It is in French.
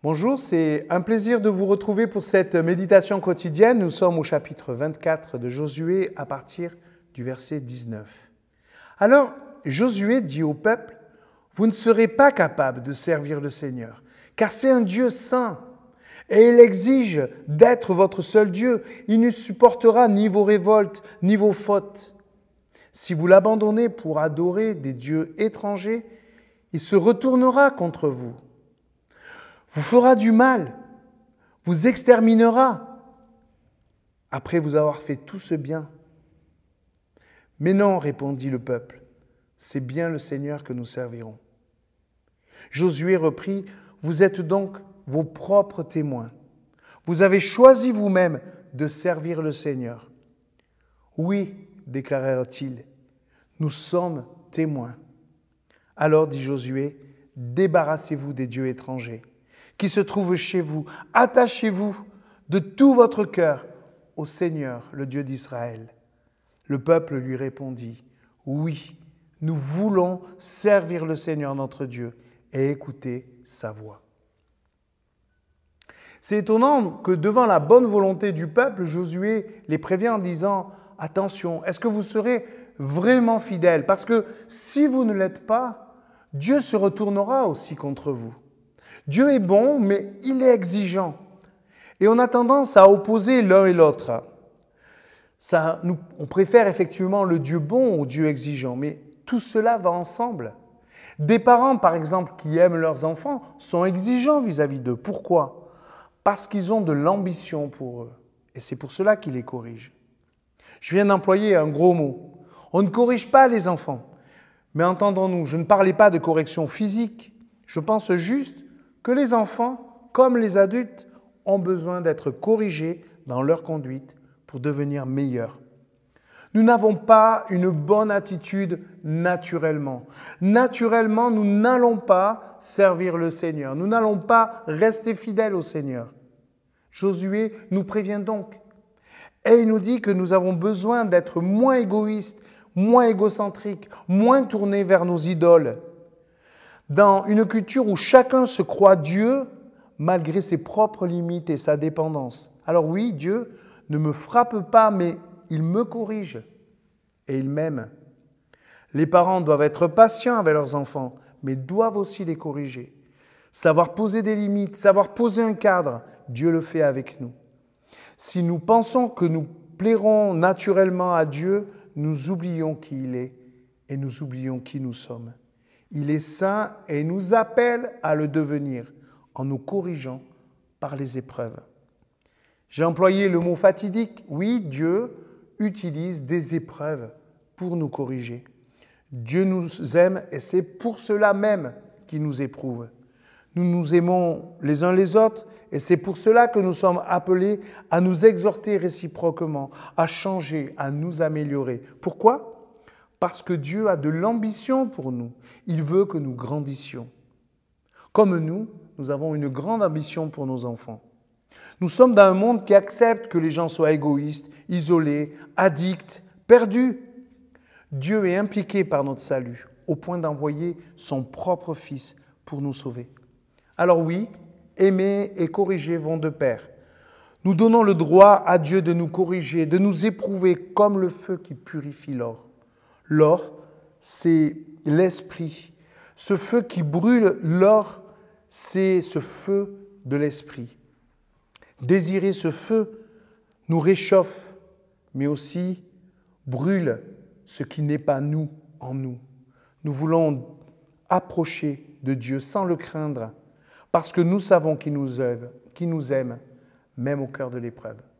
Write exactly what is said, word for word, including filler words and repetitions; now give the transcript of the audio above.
Bonjour, c'est un plaisir de vous retrouver pour cette méditation quotidienne. Nous sommes au chapitre vingt-quatre de Josué à partir du verset dix-neuf. Alors, Josué dit au peuple, « Vous ne serez pas capables de servir le Seigneur, car c'est un Dieu saint, et il exige d'être votre seul Dieu. Il ne supportera ni vos révoltes, ni vos fautes. Si vous l'abandonnez pour adorer des dieux étrangers, il se retournera contre vous. Vous fera du mal, vous exterminera, après vous avoir fait tout ce bien. » Mais non, répondit le peuple, c'est bien le Seigneur que nous servirons. Josué reprit, vous êtes donc vos propres témoins. Vous avez choisi vous-même de servir le Seigneur. Oui, déclarèrent-ils, nous sommes témoins. Alors dit Josué, débarrassez-vous des dieux étrangers qui se trouvent chez vous. Attachez-vous de tout votre cœur au Seigneur, le Dieu d'Israël. Le peuple lui répondit, oui, nous voulons servir le Seigneur notre Dieu et écouter sa voix. C'est étonnant que devant la bonne volonté du peuple, Josué les prévient en disant, attention, est-ce que vous serez vraiment fidèles? Parce que si vous ne l'êtes pas, Dieu se retournera aussi contre vous. Dieu est bon, mais il est exigeant. Et on a tendance à opposer l'un et l'autre. Ça, nous, on préfère effectivement le Dieu bon au Dieu exigeant, mais tout cela va ensemble. Des parents, par exemple, qui aiment leurs enfants, sont exigeants vis-à-vis d'eux. Pourquoi? Parce qu'ils ont de l'ambition pour eux. Et c'est pour cela qu'ils les corrigent. Je viens d'employer un gros mot. On ne corrige pas les enfants. Mais entendons-nous, je ne parlais pas de correction physique. Je pense juste que les enfants, comme les adultes, ont besoin d'être corrigés dans leur conduite pour devenir meilleurs. Nous n'avons pas une bonne attitude naturellement. Naturellement, nous n'allons pas servir le Seigneur. Nous n'allons pas rester fidèles au Seigneur. Josué nous prévient donc. Et il nous dit que nous avons besoin d'être moins égoïstes, moins égocentriques, moins tournés vers nos idoles. Dans une culture où chacun se croit Dieu, malgré ses propres limites et sa dépendance. Alors oui, Dieu ne me frappe pas, mais il me corrige et il m'aime. Les parents doivent être patients avec leurs enfants, mais doivent aussi les corriger. Savoir poser des limites, savoir poser un cadre, Dieu le fait avec nous. Si nous pensons que nous plairons naturellement à Dieu, nous oublions qui il est et nous oublions qui nous sommes. Il est saint et nous appelle à le devenir en nous corrigeant par les épreuves. J'ai employé le mot fatidique. Oui, Dieu utilise des épreuves pour nous corriger. Dieu nous aime et c'est pour cela même qu'il nous éprouve. Nous nous aimons les uns les autres et c'est pour cela que nous sommes appelés à nous exhorter réciproquement, à changer, à nous améliorer. Pourquoi ? Parce que Dieu a de l'ambition pour nous. Il veut que nous grandissions. Comme nous, nous avons une grande ambition pour nos enfants. Nous sommes dans un monde qui accepte que les gens soient égoïstes, isolés, addicts, perdus. Dieu est impliqué par notre salut, au point d'envoyer son propre Fils pour nous sauver. Alors oui, aimer et corriger vont de pair. Nous donnons le droit à Dieu de nous corriger, de nous éprouver comme le feu qui purifie l'or. L'or, c'est l'esprit. Ce feu qui brûle l'or, c'est ce feu de l'esprit. Désirer ce feu nous réchauffe, mais aussi brûle ce qui n'est pas nous en nous. Nous voulons approcher de Dieu sans le craindre, parce que nous savons qu'il nous aime, qu'il nous aime, même au cœur de l'épreuve.